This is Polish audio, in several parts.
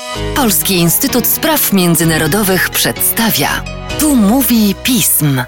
Polski Instytut Spraw Międzynarodowych przedstawia. Tu mówi pism.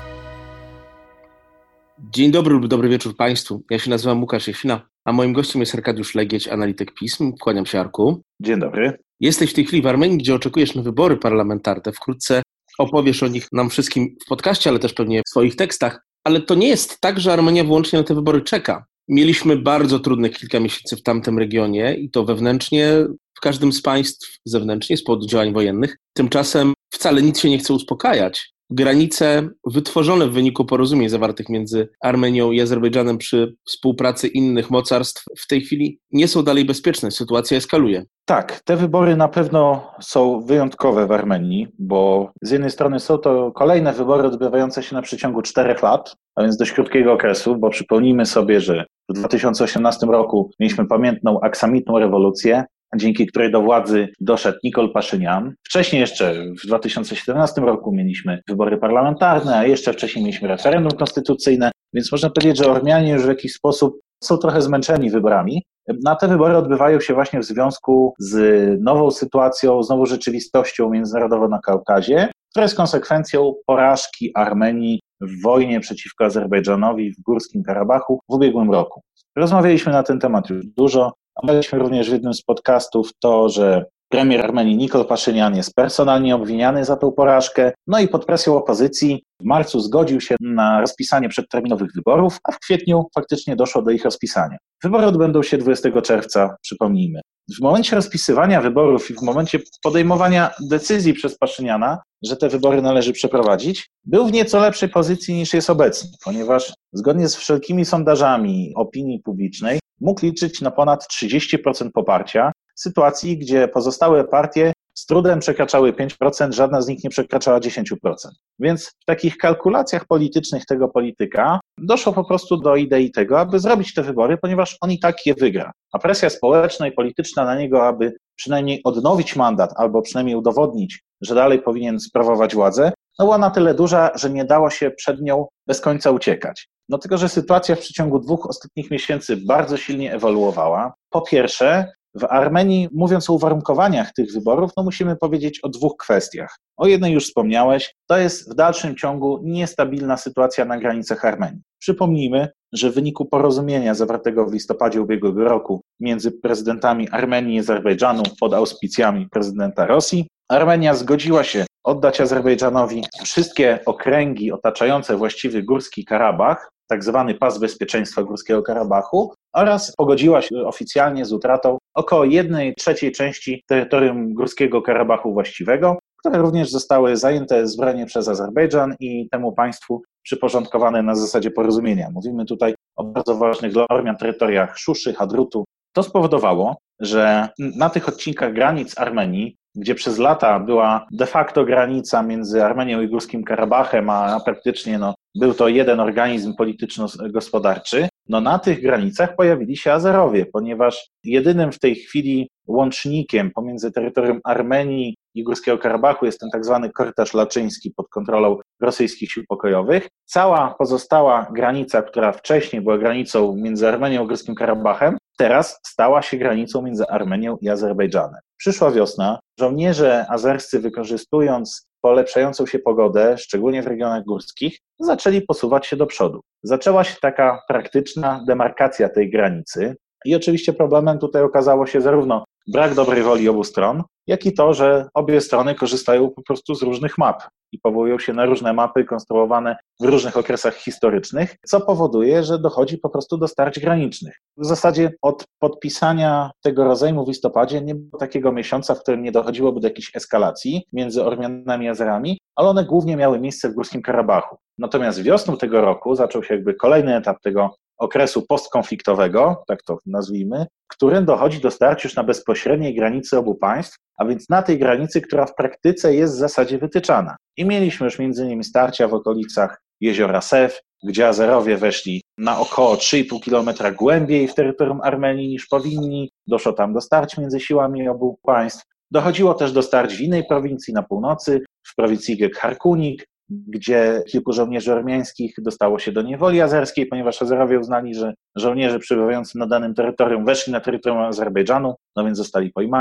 Dzień dobry lub dobry wieczór Państwu. Ja się nazywam Łukasz Jasina, a moim gościem jest Arkadiusz Legieć, analityk pism. Kłaniam się, Arku. Dzień dobry. Jesteś w tej chwili w Armenii, gdzie oczekujesz na wybory parlamentarne. Wkrótce opowiesz o nich nam wszystkim w podcaście, ale też pewnie w swoich tekstach. Ale to nie jest tak, że Armenia wyłącznie na te wybory czeka. Mieliśmy bardzo trudnych kilka miesięcy w tamtym regionie i to wewnętrznie, w każdym z państw, zewnętrznie z powodu działań wojennych. Tymczasem wcale nic się nie chce uspokajać. Granice wytworzone w wyniku porozumień zawartych między Armenią i Azerbejdżanem przy współpracy innych mocarstw w tej chwili nie są dalej bezpieczne. Sytuacja eskaluje. Tak, te wybory na pewno są wyjątkowe w Armenii, bo z jednej strony są to kolejne wybory odbywające się na przeciągu 4 lat, a więc dość krótkiego okresu, bo przypomnijmy sobie, że w 2018 roku mieliśmy pamiętną aksamitną rewolucję, dzięki której do władzy doszedł Nikol Paszynian. Wcześniej jeszcze w 2017 roku mieliśmy wybory parlamentarne, a jeszcze wcześniej mieliśmy referendum konstytucyjne, więc można powiedzieć, że Ormianie już w jakiś sposób są trochę zmęczeni wyborami. Na te wybory odbywają się właśnie w związku z nową sytuacją, z nową rzeczywistością międzynarodową na Kaukazie, która jest konsekwencją porażki Armenii w wojnie przeciwko Azerbejdżanowi w Górskim Karabachu w ubiegłym roku. Rozmawialiśmy na ten temat już dużo. Omawialiśmy również w jednym z podcastów to, że premier Armenii Nikol Paszynian jest personalnie obwiniany za tą porażkę, no i pod presją opozycji w marcu zgodził się na rozpisanie przedterminowych wyborów, a w kwietniu faktycznie doszło do ich rozpisania. Wybory odbędą się 20 czerwca, przypomnijmy. W momencie rozpisywania wyborów i w momencie podejmowania decyzji przez Paszyniana, że te wybory należy przeprowadzić, był w nieco lepszej pozycji niż jest obecnie, ponieważ zgodnie z wszelkimi sondażami opinii publicznej mógł liczyć na ponad 30% poparcia w sytuacji, gdzie pozostałe partie z trudem przekraczały 5%, żadna z nich nie przekraczała 10%. Więc w takich kalkulacjach politycznych tego polityka doszło po prostu do idei tego, aby zrobić te wybory, ponieważ on i tak je wygra. A presja społeczna i polityczna na niego, aby przynajmniej odnowić mandat albo przynajmniej udowodnić, że dalej powinien sprawować władzę, no była na tyle duża, że nie dało się przed nią bez końca uciekać. No tylko, że sytuacja w przeciągu 2 ostatnich miesięcy bardzo silnie ewoluowała. Po pierwsze, w Armenii, mówiąc o uwarunkowaniach tych wyborów, no musimy powiedzieć o 2 kwestiach. O jednej już wspomniałeś, to jest w dalszym ciągu niestabilna sytuacja na granicach Armenii. Przypomnijmy, że w wyniku porozumienia zawartego w listopadzie ubiegłego roku między prezydentami Armenii i Azerbejdżanu pod auspicjami prezydenta Rosji, Armenia zgodziła się oddać Azerbejdżanowi wszystkie okręgi otaczające właściwy Górski Karabach, tak zwany pas bezpieczeństwa Górskiego Karabachu, oraz pogodziła się oficjalnie z utratą około 1/3 części terytorium Górskiego Karabachu właściwego, które również zostały zajęte zbrojnie przez Azerbejdżan i temu państwu przyporządkowane na zasadzie porozumienia. Mówimy tutaj o bardzo ważnych dla Ormian terytoriach Szuszy, Hadrutu. To spowodowało, że na tych odcinkach granic Armenii, gdzie przez lata była de facto granica między Armenią i Górskim Karabachem, a praktycznie był to jeden organizm polityczno-gospodarczy, na tych granicach pojawili się Azerowie, ponieważ jedynym w tej chwili łącznikiem pomiędzy terytorium Armenii i Górskiego Karabachu jest ten tak zwany korytarz laczyński pod kontrolą rosyjskich sił pokojowych. Cała pozostała granica, która wcześniej była granicą między Armenią a Górskim Karabachem, teraz stała się granicą między Armenią i Azerbejdżanem. Przyszła wiosna, żołnierze azerscy, wykorzystując polepszającą się pogodę, szczególnie w regionach górskich, zaczęli posuwać się do przodu. Zaczęła się taka praktyczna demarkacja tej granicy i oczywiście problemem tutaj okazało się zarówno brak dobrej woli obu stron, jak i to, że obie strony korzystają po prostu z różnych map i powołują się na różne mapy konstruowane w różnych okresach historycznych, co powoduje, że dochodzi po prostu do starć granicznych. W zasadzie od podpisania tego rozejmu w listopadzie nie było takiego miesiąca, w którym nie dochodziłoby do jakiejś eskalacji między Ormianami a Azerami, ale one głównie miały miejsce w Górskim Karabachu. Natomiast wiosną tego roku zaczął się kolejny etap tego okresu postkonfliktowego, tak to nazwijmy, w którym dochodzi do starć już na bezpośredniej granicy obu państw, a więc na tej granicy, która w praktyce jest w zasadzie wytyczana. I mieliśmy już m.in. starcia w okolicach jeziora Sew, gdzie Azerowie weszli na około 3,5 km głębiej w terytorium Armenii niż powinni. Doszło tam do starć między siłami obu państw. Dochodziło też do starć w innej prowincji na północy, w prowincji Gek-Harkunik, gdzie kilku żołnierzy ormiańskich dostało się do niewoli azerskiej, ponieważ Azerowie uznali, że żołnierze przebywający na danym terytorium weszli na terytorium Azerbejdżanu, no więc zostali pojmani.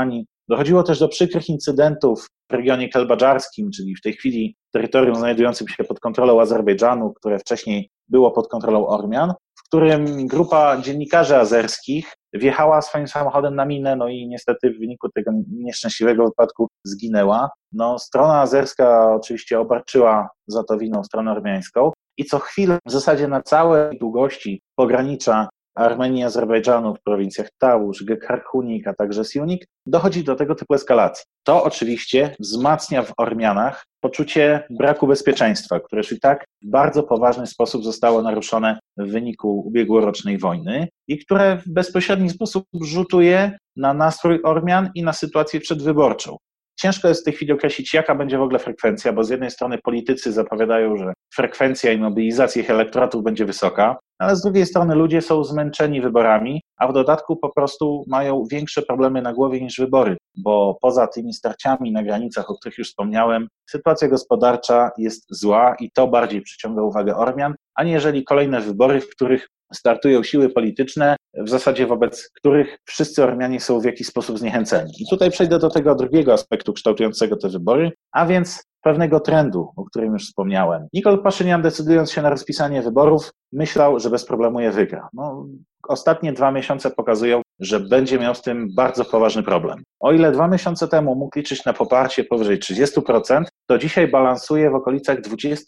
Dochodziło też do przykrych incydentów w regionie kelbadżarskim, czyli w tej chwili terytorium znajdującym się pod kontrolą Azerbejdżanu, które wcześniej było pod kontrolą Ormian, w którym grupa dziennikarzy azerskich wjechała swoim samochodem na minę, no i niestety w wyniku tego nieszczęśliwego wypadku zginęła. No, strona azerska oczywiście obarczyła za to winą stronę ormiańską i co chwilę w zasadzie na całej długości pogranicza Armenii i Azerbejdżanu w prowincjach Tałusz, Gekharkunik, a także Siunik dochodzi do tego typu eskalacji. To oczywiście wzmacnia w Ormianach poczucie braku bezpieczeństwa, które już i tak w bardzo poważny sposób zostało naruszone w wyniku ubiegłorocznej wojny i które w bezpośredni sposób rzutuje na nastrój Ormian i na sytuację przedwyborczą. Ciężko jest w tej chwili określić, jaka będzie w ogóle frekwencja, bo z jednej strony politycy zapowiadają, że frekwencja i mobilizacja ich elektoratów będzie wysoka, ale z drugiej strony ludzie są zmęczeni wyborami, a w dodatku po prostu mają większe problemy na głowie niż wybory, bo poza tymi starciami na granicach, o których już wspomniałem, sytuacja gospodarcza jest zła i to bardziej przyciąga uwagę Ormian, aniżeli kolejne wybory, w których startują siły polityczne, w zasadzie wobec których wszyscy Ormianie są w jakiś sposób zniechęceni. I tutaj przejdę do tego drugiego aspektu kształtującego te wybory, a więc pewnego trendu, o którym już wspomniałem. Nikol Paszynian, decydując się na rozpisanie wyborów, myślał, że bez problemu je wygra. No, ostatnie 2 miesiące pokazują, że będzie miał z tym bardzo poważny problem. O ile 2 miesiące temu mógł liczyć na poparcie powyżej 30%, to dzisiaj balansuje w okolicach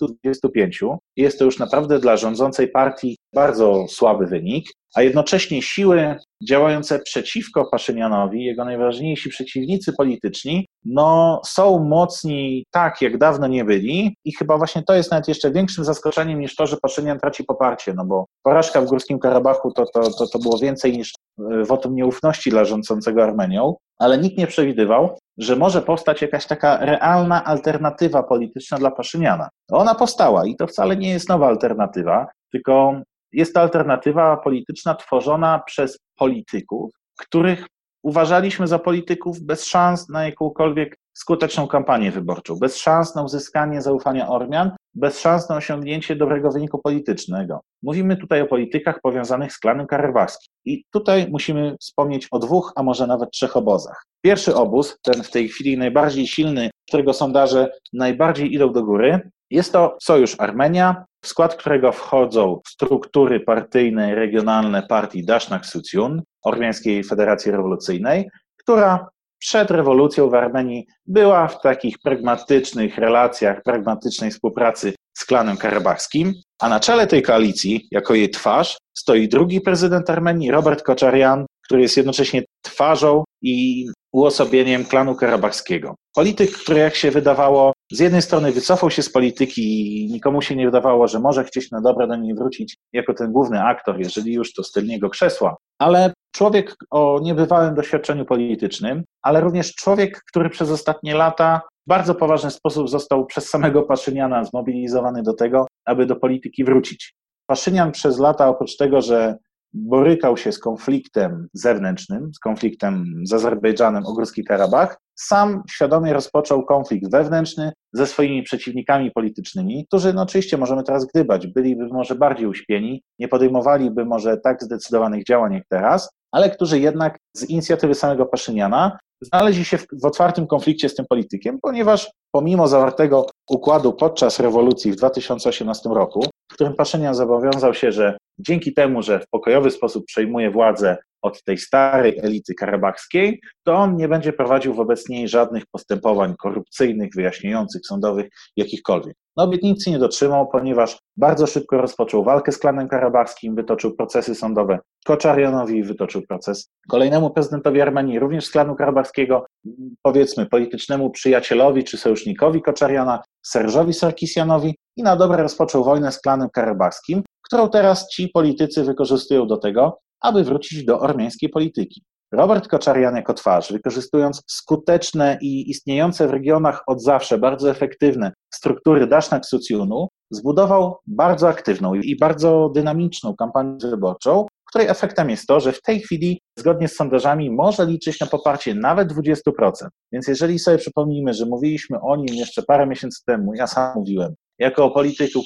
20-25%. Jest to już naprawdę dla rządzącej partii bardzo słaby wynik, a jednocześnie siły działające przeciwko Paszynianowi, jego najważniejsi przeciwnicy polityczni, no są mocni tak, jak dawno nie byli i chyba właśnie to jest nawet jeszcze większym zaskoczeniem niż to, że Paszynian traci poparcie, no bo porażka w Górskim Karabachu to było więcej niż wotum nieufności dla rządzącego Armenią, ale nikt nie przewidywał, że może powstać jakaś taka realna alternatywa polityczna dla Paszyniana. Ona powstała i to wcale nie jest nowa alternatywa, tylko jest to alternatywa polityczna tworzona przez polityków, których uważaliśmy za polityków bez szans na jakąkolwiek skuteczną kampanię wyborczą, bez szans na uzyskanie zaufania Ormian, bez szans na osiągnięcie dobrego wyniku politycznego. Mówimy tutaj o politykach powiązanych z klanem karabachskim. I tutaj musimy wspomnieć o 2, a może nawet 3 obozach. Pierwszy obóz, ten w tej chwili najbardziej silny, którego sondaże najbardziej idą do góry, jest to Sojusz Armenia, w skład którego wchodzą struktury partyjne, regionalne partii Dashnaq Sucyun, Ormiańskiej Federacji Rewolucyjnej, która przed rewolucją w Armenii była w takich pragmatycznych relacjach, pragmatycznej współpracy z klanem karabachskim, a na czele tej koalicji, jako jej twarz, stoi drugi prezydent Armenii, Robert Koczarjan, który jest jednocześnie twarzą i uosobieniem klanu karabachskiego. Polityk, który jak się wydawało, z jednej strony wycofał się z polityki i nikomu się nie wydawało, że może chcieć na dobre do niej wrócić jako ten główny aktor, jeżeli już to z tylnego krzesła, ale człowiek o niebywałym doświadczeniu politycznym, ale również człowiek, który przez ostatnie lata w bardzo poważny sposób został przez samego Paszyniana zmobilizowany do tego, aby do polityki wrócić. Paszynian przez lata, oprócz tego, że borykał się z konfliktem zewnętrznym, z konfliktem z Azerbejdżanem o Górski Karabach, sam świadomie rozpoczął konflikt wewnętrzny ze swoimi przeciwnikami politycznymi, którzy, no oczywiście możemy teraz gdybać, byliby może bardziej uśpieni, nie podejmowaliby może tak zdecydowanych działań jak teraz, ale którzy jednak z inicjatywy samego Paszyniana znaleźli się w otwartym konflikcie z tym politykiem, ponieważ pomimo zawartego układu podczas rewolucji w 2018 roku, w którym Paszynian zobowiązał się, że dzięki temu, że w pokojowy sposób przejmuje władzę od tej starej elity karabachskiej, to on nie będzie prowadził wobec niej żadnych postępowań korupcyjnych, wyjaśniających, sądowych, jakichkolwiek. No obietnicy nie dotrzymał, ponieważ bardzo szybko rozpoczął walkę z klanem karabachskim, wytoczył procesy sądowe Koczarjanowi, wytoczył proces kolejnemu prezydentowi Armenii, również z klanu karabachskiego, powiedzmy politycznemu przyjacielowi czy sojusznikowi Koczarjana, Serżowi Sarkisjanowi i na dobre rozpoczął wojnę z klanem karabachskim, którą teraz ci politycy wykorzystują do tego, aby wrócić do ormiańskiej polityki. Robert Koczarjan jako twarz, wykorzystując skuteczne i istniejące w regionach od zawsze bardzo efektywne struktury Dashnaq Sucyunu, zbudował bardzo aktywną i bardzo dynamiczną kampanię wyborczą, której efektem jest to, że w tej chwili zgodnie z sondażami może liczyć na poparcie nawet 20%. Więc jeżeli sobie przypomnimy, że mówiliśmy o nim jeszcze parę miesięcy temu, ja sam mówiłem, jako o polityku, który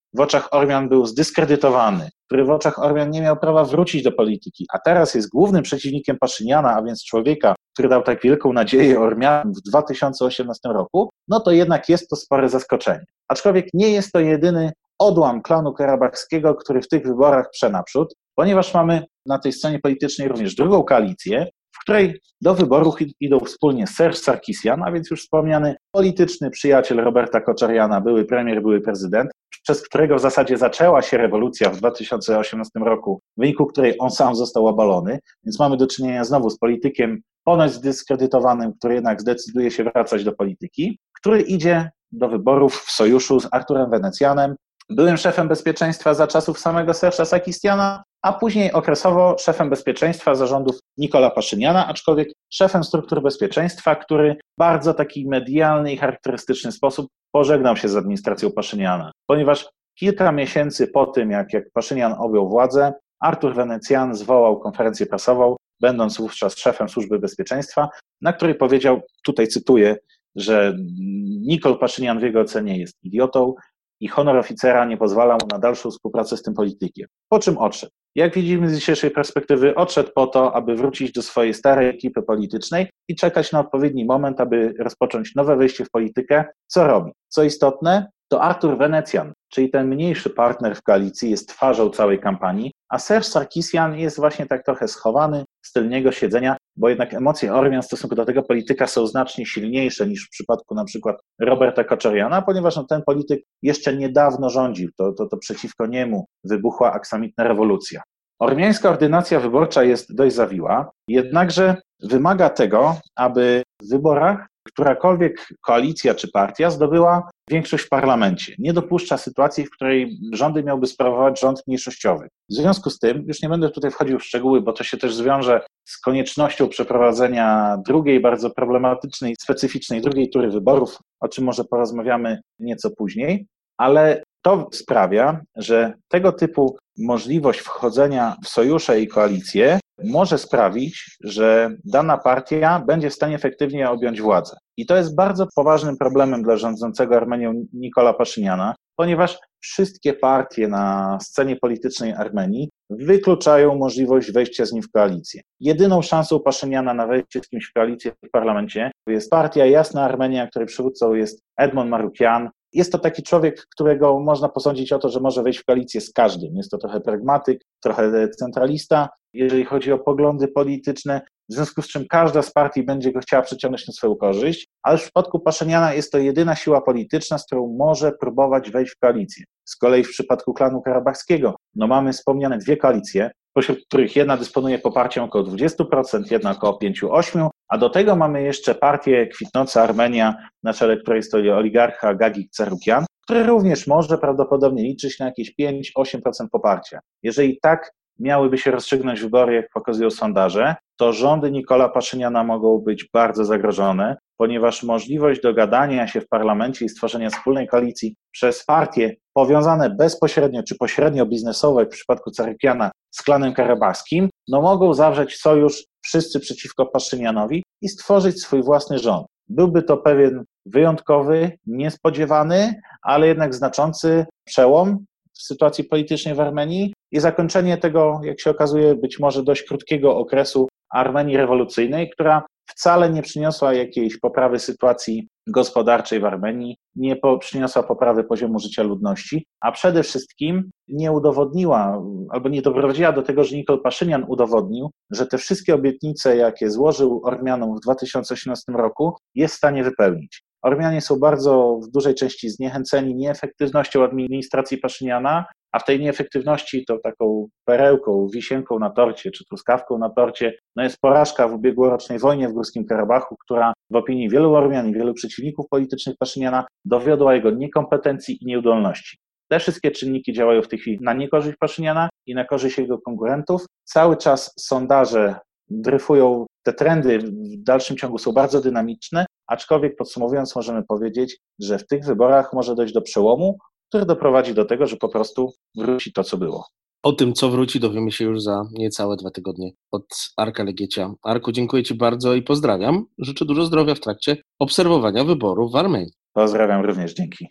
w oczach Ormian był zdyskredytowany, który w oczach Ormian nie miał prawa wrócić do polityki, a teraz jest głównym przeciwnikiem Paszyniana, a więc człowieka, który dał tak wielką nadzieję Ormianom w 2018 roku, no to jednak jest to spore zaskoczenie. Aczkolwiek nie jest to jedyny odłam klanu karabachskiego, który w tych wyborach prze naprzód, ponieważ mamy na tej scenie politycznej również drugą koalicję, w której do wyborów idą wspólnie Serge Sarkisian, a więc już wspomniany polityczny przyjaciel Roberta Koczariana, były premier, były prezydent, przez którego w zasadzie zaczęła się rewolucja w 2018 roku, w wyniku której on sam został obalony, więc mamy do czynienia znowu z politykiem ponoć zdyskredytowanym, który jednak zdecyduje się wracać do polityki, który idzie do wyborów w sojuszu z Arturem Wenecjanem, byłym szefem bezpieczeństwa za czasów samego Serge'a Sarkisiana, a później okresowo szefem bezpieczeństwa za rządów Nikola Paszyniana, aczkolwiek szefem struktur bezpieczeństwa, który w bardzo taki medialny i charakterystyczny sposób pożegnał się z administracją Paszyniana, ponieważ kilka miesięcy po tym, jak Paszynian objął władzę, Artur Wenecjan zwołał konferencję prasową, będąc wówczas szefem służby bezpieczeństwa, na której powiedział, tutaj cytuję, że Nikol Paszynian w jego ocenie jest idiotą i honor oficera nie pozwala mu na dalszą współpracę z tym politykiem. Po czym odszedł. Jak widzimy z dzisiejszej perspektywy, odszedł po to, aby wrócić do swojej starej ekipy politycznej i czekać na odpowiedni moment, aby rozpocząć nowe wejście w politykę. Co robi? Co istotne, to Artur Wenecjan, czyli ten mniejszy partner w koalicji, jest twarzą całej kampanii, a Serge Sarkisian jest właśnie tak trochę schowany z tylnego siedzenia, bo jednak emocje Ormian w stosunku do tego polityka są znacznie silniejsze niż w przypadku na przykład Roberta Koczariana, ponieważ ten polityk jeszcze niedawno rządził, to przeciwko niemu wybuchła aksamitna rewolucja. Ormiańska ordynacja wyborcza jest dość zawiła, jednakże wymaga tego, aby w wyborach którakolwiek koalicja czy partia zdobyła większość w parlamencie. Nie dopuszcza sytuacji, w której rządy miałby sprawować rząd mniejszościowy. W związku z tym, już nie będę tutaj wchodził w szczegóły, bo to się też zwiąże z koniecznością przeprowadzenia drugiej, bardzo problematycznej, specyficznej drugiej tury wyborów, o czym może porozmawiamy nieco później, ale to sprawia, że tego typu możliwość wchodzenia w sojusze i koalicje może sprawić, że dana partia będzie w stanie efektywnie objąć władzę. I to jest bardzo poważnym problemem dla rządzącego Armenią Nikola Paszyniana, ponieważ wszystkie partie na scenie politycznej Armenii wykluczają możliwość wejścia z nim w koalicję. Jedyną szansą Paszyniana na wejście z kimś w koalicję w parlamencie jest partia Jasna Armenia, której przywódcą jest Edmond Marukian. Jest to taki człowiek, którego można posądzić o to, że może wejść w koalicję z każdym. Jest to trochę pragmatyk, trochę centralista, jeżeli chodzi o poglądy polityczne, w związku z czym każda z partii będzie go chciała przyciągnąć na swoją korzyść, ale w przypadku Paszyniana jest to jedyna siła polityczna, z którą może próbować wejść w koalicję. Z kolei w przypadku klanu karabachskiego, mamy wspomniane dwie koalicje, pośród których jedna dysponuje poparciem około 20%, jedna około 5-8%, a do tego mamy jeszcze partię Kwitnąca Armenia, na czele której stoi oligarcha Gagik Tsarukian, który również może prawdopodobnie liczyć na jakieś 5-8% poparcia. Jeżeli tak miałyby się rozstrzygnąć wybory, jak pokazują sondaże, to rządy Nikola Paszyniana mogą być bardzo zagrożone, ponieważ możliwość dogadania się w parlamencie i stworzenia wspólnej koalicji przez partie powiązane bezpośrednio czy pośrednio biznesowe w przypadku Tsarukiana z klanem karabachskim, mogą zawrzeć sojusz wszyscy przeciwko Paszynianowi i stworzyć swój własny rząd. Byłby to pewien wyjątkowy, niespodziewany, ale jednak znaczący przełom w sytuacji politycznej w Armenii i zakończenie tego, jak się okazuje, być może dość krótkiego okresu Armenii rewolucyjnej, która wcale nie przyniosła jakiejś poprawy sytuacji gospodarczej w Armenii, nie przyniosła poprawy poziomu życia ludności, a przede wszystkim nie udowodniła albo nie doprowadziła do tego, że Nikol Paszynian udowodnił, że te wszystkie obietnice, jakie złożył Ormianom w 2018 roku, jest w stanie wypełnić. Ormianie są bardzo w dużej części zniechęceni nieefektywnością administracji Paszyniana, a w tej nieefektywności to taką perełką, wisienką na torcie, czy truskawką na torcie, jest porażka w ubiegłorocznej wojnie w Górskim Karabachu, która w opinii wielu Ormian i wielu przeciwników politycznych Paszyniana dowiodła jego niekompetencji i nieudolności. Te wszystkie czynniki działają w tej chwili na niekorzyść Paszyniana i na korzyść jego konkurentów. Cały czas sondaże dryfują, te trendy w dalszym ciągu są bardzo dynamiczne, aczkolwiek podsumowując możemy powiedzieć, że w tych wyborach może dojść do przełomu, który doprowadzi do tego, że po prostu wróci to, co było. O tym, co wróci, dowiemy się już za niecałe 2 tygodnie od Arka Legiecia. Arku, dziękuję Ci bardzo i pozdrawiam. Życzę dużo zdrowia w trakcie obserwowania wyborów w Armenii. Pozdrawiam również, dzięki.